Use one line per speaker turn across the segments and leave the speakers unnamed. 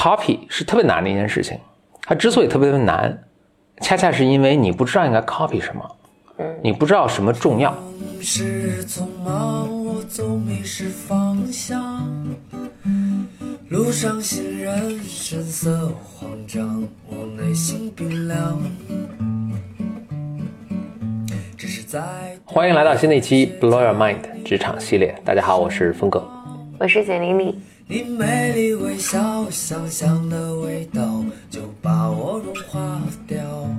copy 是特别难的一件事情，它之所以特别难，恰恰是因为你不知道应该 copy 什么，你不知道什么重要。
是匆忙，我总迷失方向，路上行人神色慌张，我内心冰凉。只是在
欢迎来到新的一期 Blow Your Mind 职场系列。大家好，我是峰哥，
我是简玲玲。
你美丽微笑，香香的味道就把我融化掉。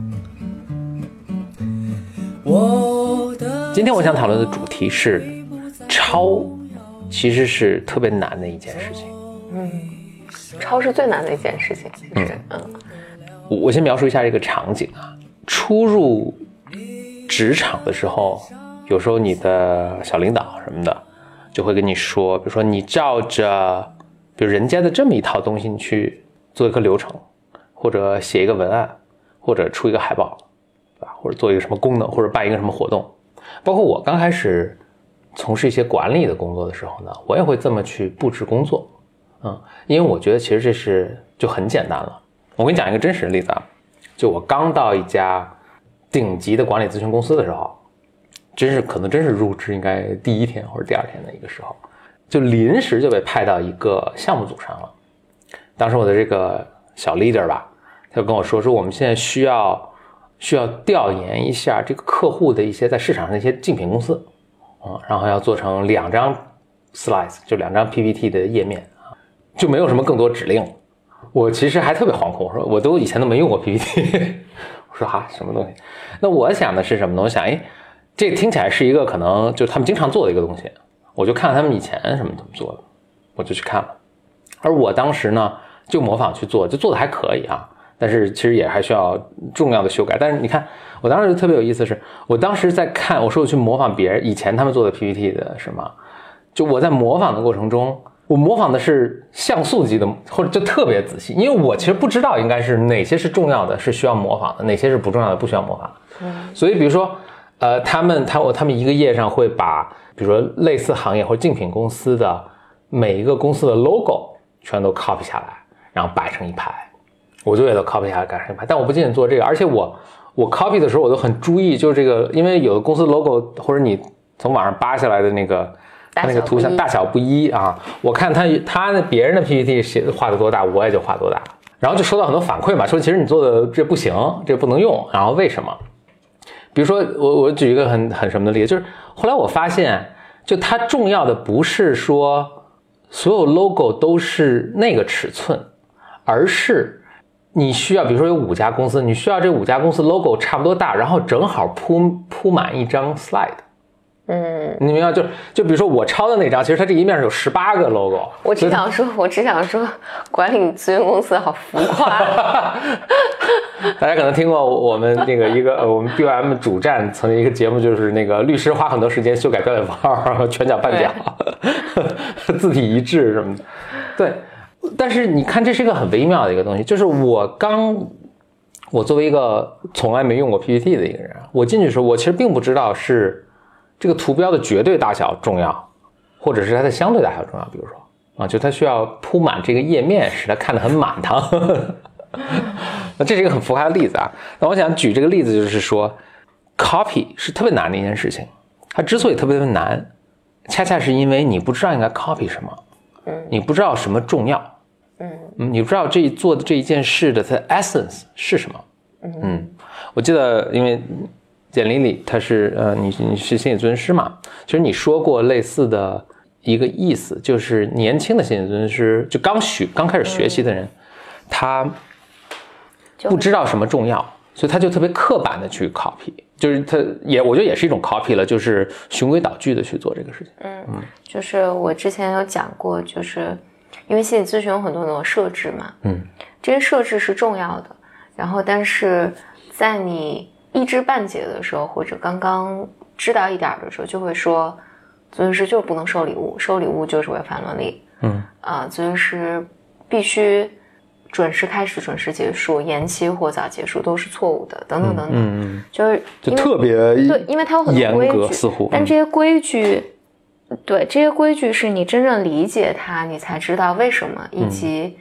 今天我想讨论的主题是抄，其实是特别难的一件事情。
抄是最难的一件事情，其实。
我先描述一下这个场景啊。初入职场的时候，有时候你的小领导什么的就会跟你说，比如说你照着比如人家的这么一套东西你去做一个流程，或者写一个文案，或者出一个海报，对吧？或者做一个什么功能，或者办一个什么活动。包括我刚开始从事一些管理的工作的时候呢，我也会这么去布置工作。因为我觉得其实这是就很简单了。我跟你讲一个真实的例子啊，就我刚到一家顶级的管理咨询公司的时候，可能真是入职应该第一天或者第二天的一个时候，就临时就被派到一个项目组上了。当时我的这个小 leader 吧，他就跟我说我们现在需要调研一下这个客户的一些在市场上的一些竞品公司，然后要做成2张 slides， 就2张 PPT 的页面，就没有什么更多指令。我其实还特别惶恐，我说我都以前都没用过 PPT， 我说什么东西？那我想的是什么呢？我想，这个听起来是一个可能就他们经常做的一个东西，我就看他们以前怎么做的，我就去看了。而我当时呢，就模仿去做，就做的还可以啊。但是其实也还需要重要的修改。但是你看，我当时就特别有意思是，我当时在看，我说我去模仿别人以前他们做的 PPT 的什么，就我在模仿的过程中，我模仿的是像素级的，或者就特别仔细，因为我其实不知道应该是哪些是重要的，是需要模仿的，哪些是不重要的，不需要模仿的。所以比如说，他们一个页上会把，比如说类似行业或者竞品公司的每一个公司的 logo 全都 copy 下来，然后摆成一排。我就也都 copy 下来改成一排，但我不仅仅做这个，而且我 copy 的时候我都很注意，就是这个，因为有的公司 logo 或者你从网上扒下来的那个图像大小不一啊，我看他别人的 PPT 画的多大，我也就画多大，然后就收到很多反馈嘛，说其实你做的这不行，这不能用，然后为什么？比如说我举一个很什么的例子，就是后来我发现，就它重要的不是说所有 logo 都是那个尺寸，而是你需要，比如说有5家公司，你需要这5家公司 logo 差不多大，然后正好铺满一张 slide。你明白？就比如说我抄的那张，其实它这一面是有18个 logo。我只想
说，管理咨询公司好浮夸。
大家可能听过我们那个我们 BYM 主站曾经一个节目，就是那个律师花很多时间修改标点符号、全角半角、字体一致什么的。对。但是你看，这是一个很微妙的一个东西，就是我作为一个从来没用过 PPT 的一个人，我进去的时候，我其实并不知道是这个图标的绝对大小重要，或者是它的相对大小重要。比如说就它需要铺满这个页面，使它看得很满堂。那这是一个很浮夸的例子啊。那我想举这个例子，就是说 copy 是特别难的一件事情。它之所以特别难，恰恰是因为你不知道应该 copy 什么。你不知道什么重要，你不知道做的这一件事的它的 essence 是什么。我记得，因为简丽丽她是你是心理咨询师嘛，其实你说过类似的一个意思，就是年轻的心理咨询师就刚开始学习的人，他不知道什么重要，所以他就特别刻板的去 copy， 就是我觉得也是一种 copy 了，就是循规蹈矩的去做这个事情。
就是我之前有讲过，就是因为心理咨询有很多那种设置嘛，这些设置是重要的，然后但是在你一知半解的时候，或者刚刚知道一点的时候，就会说咨询师就是不能收礼物，收礼物就是违反伦理。咨询师必须准时开始准时结束，延期或早结束都是错误的，等等等等。就
特别
对，因为它有很多规矩，
似乎
但这些规矩对，这些规矩是你真正理解它，你才知道为什么，以及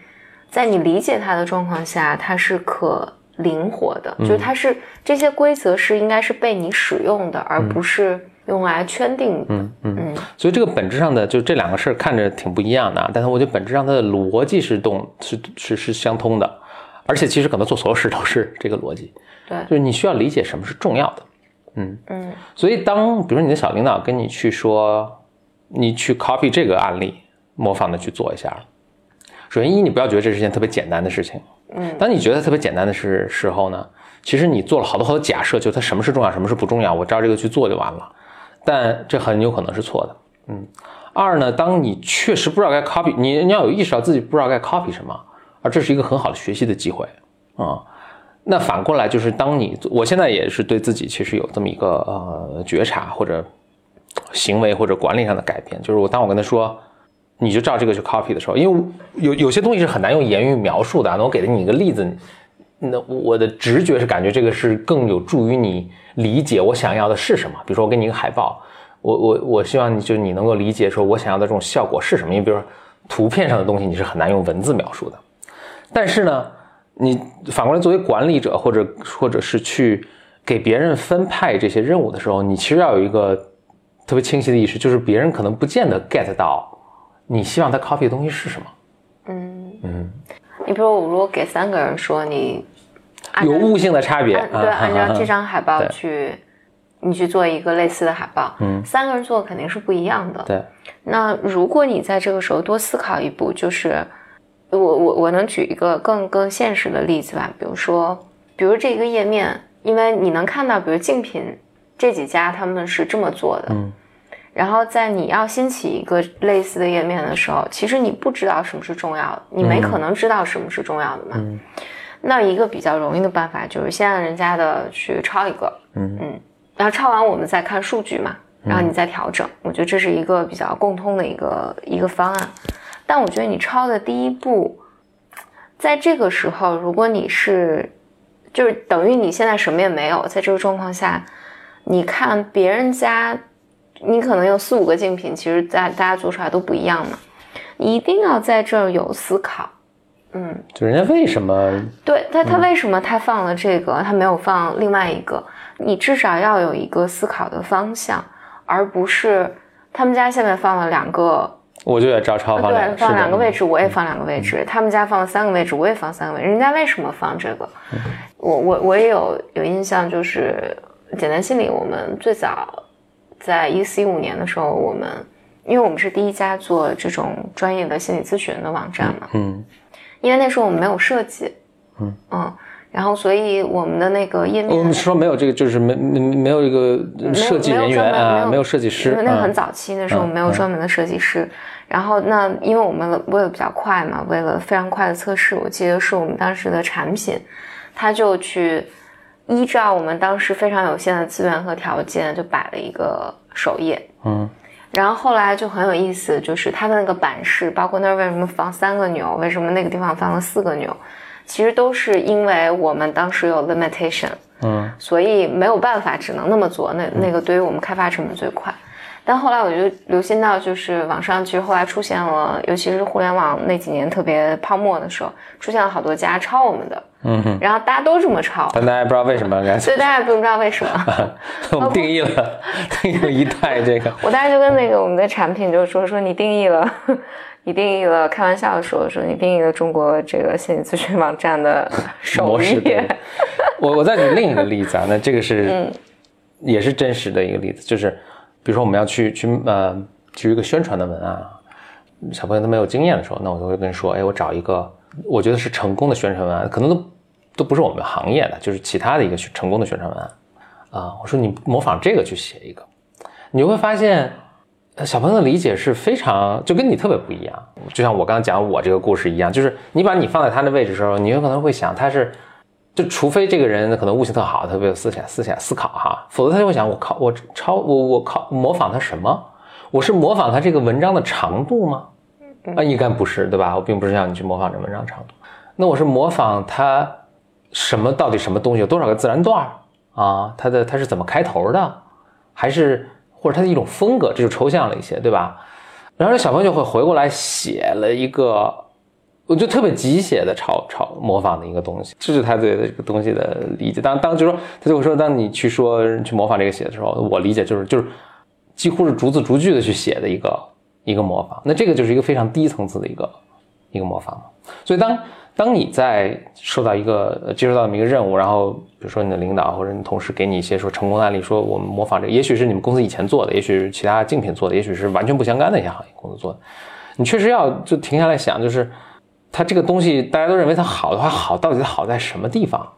在你理解它的状况下，它是可灵活的，就是它是这些规则是应该是被你使用的，而不是用来圈定的。
所以这个本质上的就这两个事儿看着挺不一样的，但是我觉得本质上它的逻辑是相通的，而且其实可能做所有事都是这个逻辑。
对，
就是你需要理解什么是重要的。所以当比如说你的小领导跟你去说，你去 copy 这个案例，模仿的去做一下。首先你不要觉得这是件特别简单的事情。当你觉得特别简单的时候呢，其实你做了好多假设，就它什么是重要，什么是不重要，我照这个去做就完了。但这很有可能是错的。二呢，当你确实不知道该 copy， 你要有意识到自己不知道该 copy 什么，而这是一个很好的学习的机会那反过来就是我现在也是对自己其实有这么一个觉察或者行为或者管理上的改变，就是当我跟他说你就照这个去 copy 的时候，因为有些东西是很难用言语描述的那我给了你一个例子，那我的直觉是感觉这个是更有助于你理解我想要的是什么。比如说我给你一个海报，我希望你能够理解说我想要的这种效果是什么，因为比如说图片上的东西你是很难用文字描述的。但是呢，你反过来作为管理者或者是去给别人分派这些任务的时候，你其实要有一个特别清晰的意识，就是别人可能不见得 get 到你希望他 copy 的东西是什么。
你比如我如果给3个人说你
有悟性的差别，
对，按照这张海报你去做一个类似的海报，3个人做的肯定是不一样的。
对，
那如果你在这个时候多思考一步，就是我能举一个更现实的例子吧，比如这个页面，因为你能看到，比如竞品这几家他们是这么做的，然后在你要兴起一个类似的页面的时候，其实你不知道什么是重要的，你没可能知道什么是重要的嘛。那一个比较容易的办法就是先让人家的去抄一个，然后抄完我们再看数据嘛，然后你再调整。我觉得这是一个比较共通的一个方案。但我觉得你抄的第一步，在这个时候，如果你就是等于你现在什么也没有，在这个状况下，你看别人家，你可能有4-5个竞品，其实大家做出来都不一样嘛，你一定要在这儿有思考。
就人家为什么
对他为什么他放了这个，他没有放另外一个，你至少要有一个思考的方向，而不是他们家下面放了2个，
我就也照抄放
对，放2个位置，我也放2个位置，他们家放了3个位置，我也放3个位置，人家为什么放这个？我也有印象，就是简单心理，我们最早在14-15年的时候，因为我们是第一家做这种专业的心理咨询的网站嘛，因为那时候我们没有设计，然后所以我们的那个页面，
我们说没有这个，就是没有一个设计人员啊，没有设计师，
那很早期那时候我们没有专门的设计师。然后那因为我们为了比较快嘛，为了非常快的测试，我记得是我们当时的产品，他就去依照我们当时非常有限的资源和条件，就摆了一个首页。然后后来就很有意思，就是它的那个版式，包括那儿为什么放3个钮，为什么那个地方放了4个钮，其实都是因为我们当时有 limitation，所以没有办法，只能那么做。那个对于我们开发成本最快。但后来我就留心到，就是网上其实后来出现了，尤其是互联网那几年特别泡沫的时候，出现了好多家抄我们的，然后大家都这么抄，
但大家也不知道为什么，
对，大家也不知道为什么。
我们定义了一代这个，
我当时就跟那个我们的产品就说你定义了，开玩笑的说你定义了中国这个心理咨询网站的首页。
我再举另一个例子啊，那这个是也是真实的一个例子，就是比如说我们要去一个宣传的文案啊，小朋友他没有经验的时候，那我就会跟人说，我找一个我觉得是成功的宣传文案，可能都不是我们行业的，就是其他的一个成功的宣传文案啊，我说你模仿这个去写一个，你会发现小朋友的理解是非常就跟你特别不一样。就像我刚刚讲我这个故事一样，就是你把你放在他的位置的时候，你有可能会想他是，就除非这个人可能悟性特好，特别有思考哈，否则他就会想我模仿他什么？我是模仿他这个文章的长度吗？应该不是，对吧？我并不是让你去模仿这文章长度，那我是模仿他到底什么东西，有多少个自然段啊？他是怎么开头的，还是或者他的一种风格，这就抽象了一些，对吧？然后小朋友就会回过来写了一个我就特别机械的模仿的一个东西，这是他对这个东西的理解。当就说他就会说，当你去模仿这个写的时候，我理解就是几乎是逐字逐句的去写的一个模仿。那这个就是一个非常低层次的一个模仿。所以当你在接收到这么一个任务，然后比如说你的领导或者你同事给你一些说成功的案例，说我们模仿这个，也许是你们公司以前做的，也许是其他竞品做的，也许是完全不相干的一些行业公司做的，你确实要就停下来想，就是它这个东西大家都认为它好的话，好到底好在什么地方？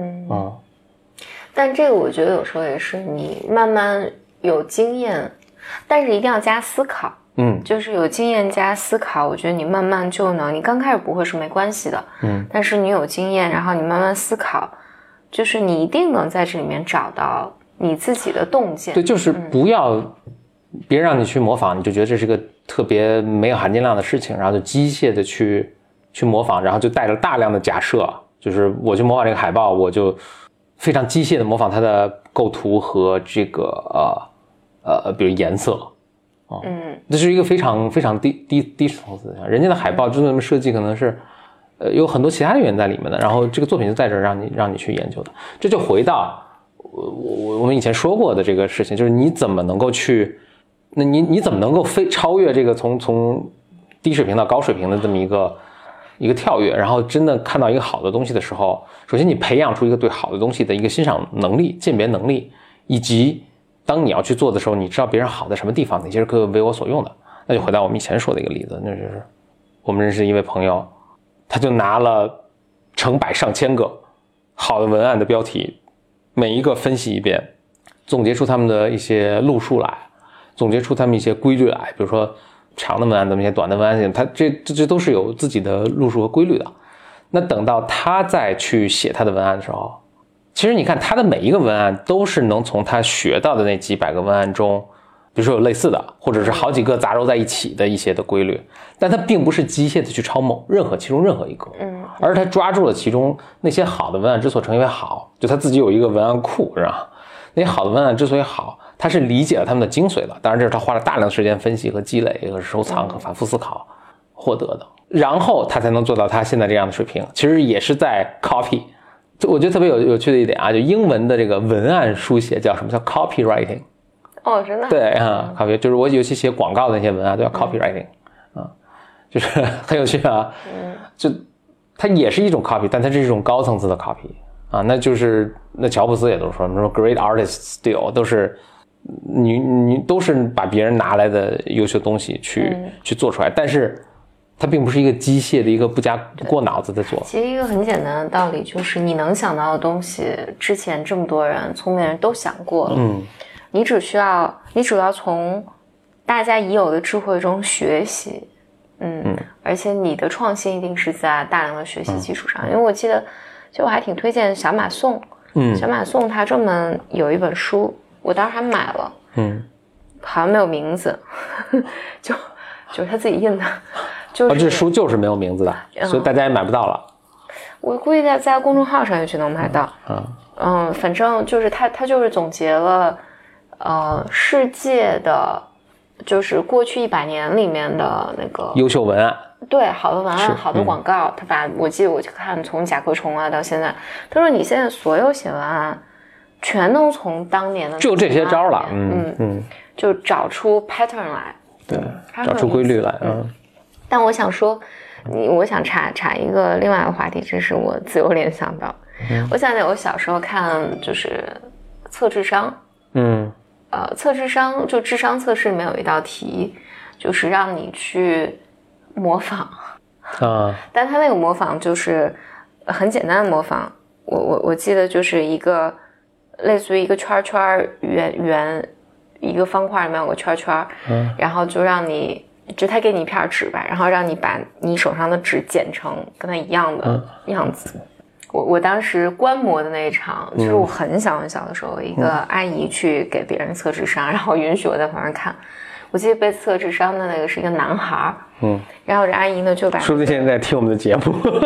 但这个我觉得有时候也是你慢慢有经验，但是一定要加思考。就是有经验加思考，我觉得你慢慢就能，你刚开始不会是没关系的，但是你有经验，然后你慢慢思考，就是你一定能在这里面找到你自己的洞见。
对，就是不要别让你去模仿，你就觉得这是个特别没有含金量的事情，然后就机械的去模仿，然后就带着大量的假设，就是我去模仿这个海报，我就非常机械的模仿它的构图和这个比如颜色。这是一个非常非常低层次的，人家的海报之所以这么设计，可能是有很多其他的原因在里面的，然后这个作品就在这儿让你去研究的。这就回到我们以前说过的这个事情，就是你怎么能够去，那你怎么能够超越这个从低水平到高水平的这么一个跳跃，然后真的看到一个好的东西的时候，首先你培养出一个对好的东西的一个欣赏能力、鉴别能力，以及当你要去做的时候，你知道别人好在什么地方，哪些是可以为我所用的。那就回到我们以前说的一个例子，那就是我们认识一位朋友，他就拿了成百上千个好的文案的标题，每一个分析一遍，总结出他们的一些路数来，总结出他们一些规律来，比如说长的文案怎么写，短的文案他这都是有自己的路数和规律的。那等到他再去写他的文案的时候，其实你看他的每一个文案都是能从他学到的那几百个文案中，比如说有类似的，或者是好几个杂糅在一起的一些的规律，但他并不是机械的去抄其中任何一个，而是他抓住了其中那些好的文案之所成为好，就他自己有一个文案库，是吧？那些好的文案之所以好，他是理解了他们的精髓的，当然这是他花了大量时间分析和积累和收藏和反复思考获得的，然后他才能做到他现在这样的水平，其实也是在 copy。我觉得特别有趣的一点啊，就英文的这个文案书写叫什么，叫 copywriting。
哦，真的？
对啊，copy 就是我尤其写广告的那些文案都叫 copywriting，就是很有趣啊。就它也是一种 copy， 但它是一种高层次的 copy 啊。那就是那乔布斯也都说什么 great artist steal， 都是你都是把别人拿来的优秀东西去做出来，但是它并不是一个机械的一个不过脑子的做。
其实一个很简单的道理就是你能想到的东西，之前这么多人聪明人都想过了。你主要从大家已有的智慧中学习。而且你的创新一定是在大量的学习基础上。因为我记得就我还挺推荐小马宋。小马宋他专门有一本书，我当时还买了。好像没有名字。就是他自己印的。就是
这书就是没有名字的，所以大家也买不到了。
我估计在公众号上也许能买到。反正就是他就是总结了世界的就是过去100年里面的那个
优秀文案。
对，好的文案，好的广告。我记得我去看从甲壳虫啊到现在，他说你现在所有写文案全都从当年的
就这些招了。
就找出 pattern 来。
对，找出规律来。
但我想说，我想插一个另外一个话题，这是我自由联想到。我想起我小时候看就是测智商。测智商就智商测试里面有一道题，就是让你去模仿。但他那个模仿就是很简单的模仿。我记得就是一个类似于一个圈圈圆一个方块里面有个圈圈，然后就让你。就他给你一片纸吧，然后让你把你手上的纸剪成跟他一样的样子。我当时观摩的那一场，就是我很小很小的时候，一个阿姨去给别人测智商，然后允许我在旁边看。我记得被测智商的那个是一个男孩，然后这阿姨呢就把，
说不定现在在听我们的节目，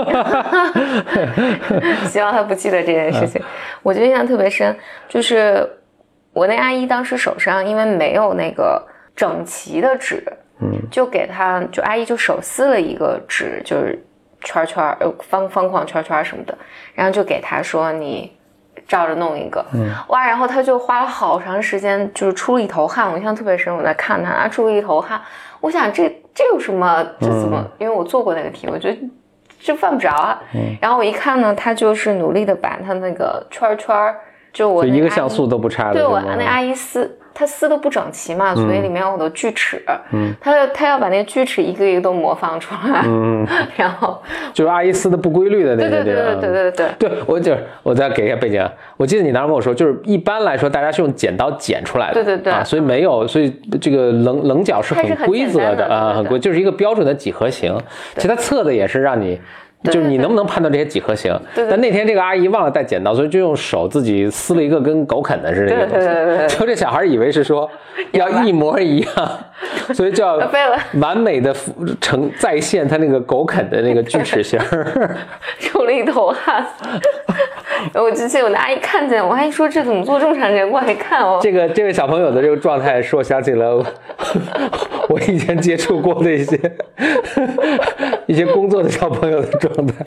希望他不记得这件事情。我就印象特别深，就是我那阿姨当时手上因为没有那个整齐的纸。就给他，就阿姨就手撕了一个纸，就是圈圈方框圈圈什么的，然后就给他说你照着弄一个，哇，然后他就花了好长时间，就是出了一头汗，我印象特别深，我在看他出了一头汗，我想这有什么，这怎么？因为我做过那个题，我觉得这犯不着啊。然后我一看呢，他就是努力的把他那个圈圈，就我
一个像素都不差的，
对，我那阿姨他撕的不整齐嘛，所以里面有很多锯齿，他要把那个锯齿一个一个都模仿出来，然后
就是阿姨撕的不规律的那些地方。
对，
我再给一下背景，我记得你当时跟我说，就是一般来说大家是用剪刀剪出来的，
对，
所以这个棱角是很规则的啊，很规，就是一个标准的几何形。其实它测的也是让你。就是你能不能判断这些几何形？但那天这个阿姨忘了带剪刀，所以就用手自己撕了一个跟狗啃的似的一个东西。就这小孩以为是说要一模一样，所以就要完美的再现他那个狗啃的那个锯齿形，
出了一头汗。我之前我那阿姨看见我，阿姨说这怎么做这么长时间？过来看哦。
这个小朋友的这个状态，使我想起了我以前接触过的一些工作的小朋友的状态。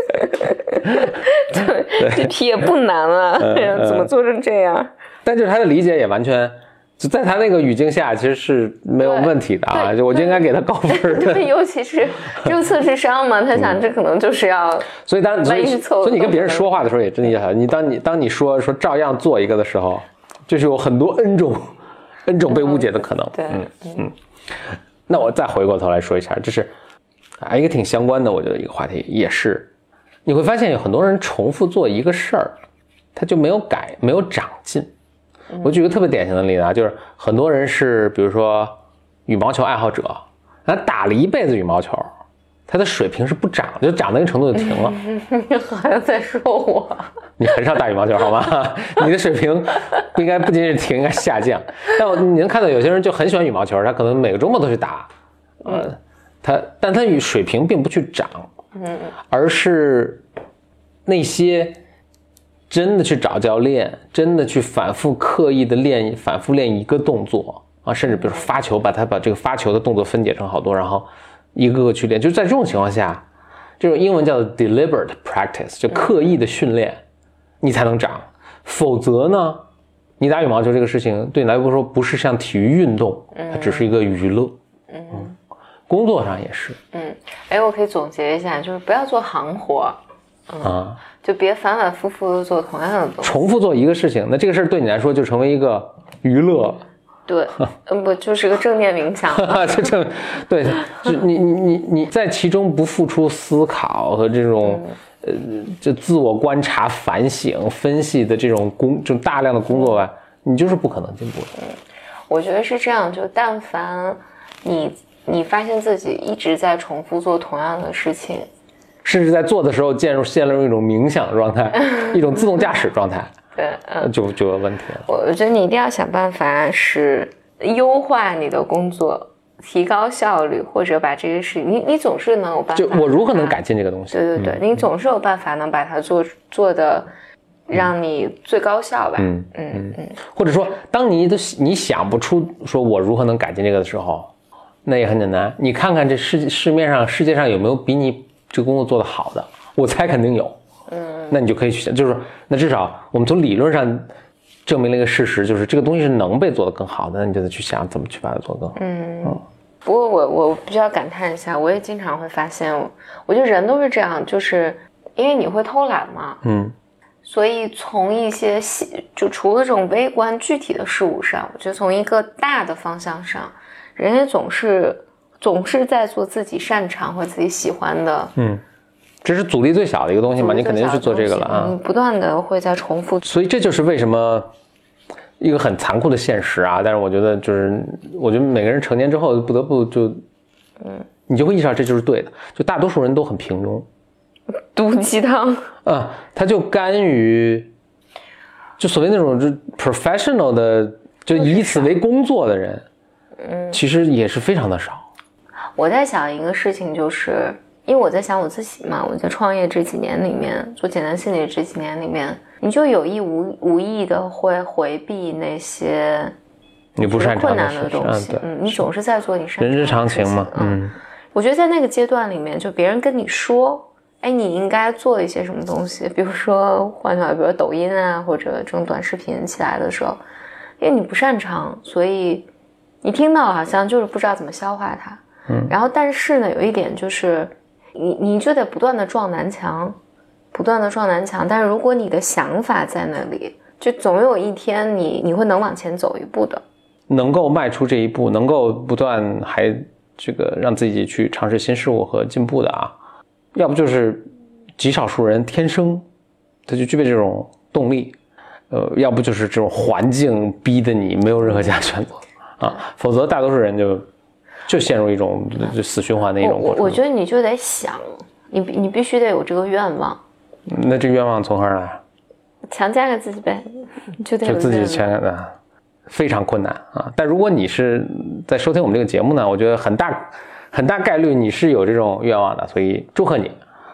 对，这题也不难啊，怎么做成这样？
但就是他的理解也完全就在他那个语境下，其实是没有问题的啊，就我就应该给他高分的。
对，尤其是就测智商嘛，他想这可能就是要，
所以你跟别人说话的时候也真的要，当你说照样做一个的时候，就是有很多 N 种被误解的可能。
对，
那我再回过头来说一下，这是一个挺相关的，我觉得一个话题，也是你会发现有很多人重复做一个事儿，他就没有改，没有长进。我举个特别典型的例子啊，就是很多人是比如说羽毛球爱好者，他打了一辈子羽毛球，他的水平是不涨，就涨到一个程度就停了。
好像在说我。
你很少打羽毛球好吗？你的水平不仅是停，应该下降。但你能看到有些人就很喜欢羽毛球，他可能每个周末都去打，但他与水平并不去涨，而是那些真的去找教练，真的去反复刻意的反复练一个动作啊，甚至比如发球，把这个发球的动作分解成好多，然后一个个去练。就是在这种情况下，这种英文叫做 deliberate practice， 就刻意的训练，你才能长。否则呢，你打羽毛球这个事情对你来说不是像体育运动，它只是一个娱乐。工作上也是。
我可以总结一下，就是不要做行活。就别反反复复的做同样的东西，
重复做一个事情，那这个事儿对你来说就成为一个娱乐。
对，不就是个正念冥想
对，就你在其中不付出思考和这种就自我观察、反省、分析的这种大量的工作吧，你就是不可能进步的。
我觉得是这样，就但凡你发现自己一直在重复做同样的事情，
甚至在做的时候陷入一种冥想状态，一种自动驾驶状态，对，就有问题了。
我觉得你一定要想办法是优化你的工作，提高效率，或者把这个事你总是能有办法。
就我如何能改进这个东西？
对，你总是有办法能把它做的让你最高效吧。
或者说，当你想不出说我如何能改进这个的时候，那也很简单，你看看这世界上有没有比你这个工作做得好的，我猜肯定有。那你就可以去想，就是那至少我们从理论上证明了一个事实，就是这个东西是能被做得更好的，那你就得去想怎么去把它做得更好。
不过我必须要感叹一下，我也经常会发现，我觉得人都是这样，就是因为你会偷懒嘛，所以从一些就除了这种微观具体的事物上，我觉得从一个大的方向上，人也总是在做自己擅长或自己喜欢的。
这是阻力最小的一个东西嘛，你肯定是做这个了啊。
不断的会在重复，
所以这就是为什么一个很残酷的现实啊。但是我觉得每个人成年之后不得不你就会意识到这就是对的。就大多数人都很平庸，
毒鸡汤
他就甘于就所谓那种就 professional 的，就以此为工作的人，其实也是非常的少。
我在想一个事情，就是因为我在想我自己嘛，我在创业这几年里面，做简单心理这几年里面，你就有意无意的会回避那些
你不擅长
困难的东西。你总是在做你擅长的
人之常情嘛。
我觉得在那个阶段里面，就别人跟你说哎，你应该做一些什么东西，比如说换句话，比如说抖音啊，或者这种短视频起来的时候，因为你不擅长，所以你听到好像就是不知道怎么消化它。然后但是呢，有一点就是你就得不断的撞南墙，不断的撞南墙。但是如果你的想法在那里，就总有一天你会能往前走一步的，
能够迈出这一步，能够不断还这个让自己去尝试新事物和进步的啊，要不就是极少数人天生他就具备这种动力，要不就是这种环境逼得你没有任何其他选择啊，否则大多数人就陷入一种就死循环的一种过程。
我觉得你就得想，你必须得有这个愿望。
那这个愿望从何而来？
强加给自己呗，就得有
自己强加的，非常困难啊！但如果你是在收听我们这个节目呢，我觉得很大概率你是有这种愿望的，所以祝贺你，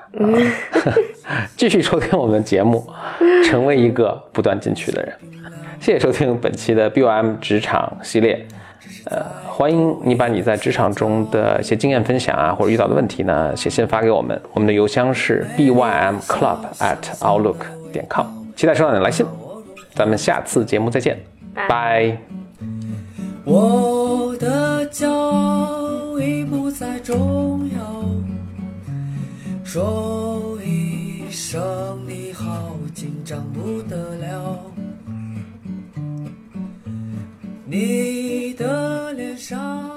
继续收听我们的节目，成为一个不断进取的人。谢谢收听本期的 BOM 职场系列。欢迎你把你在职场中的一些经验分享啊，或者遇到的问题呢，写信发给我们，我们的邮箱是 bymclub@outlook.com， 期待收到你的来信，咱们下次节目再见，拜。
我的骄傲已不再重要，说一声你好紧张不得了，你的脸上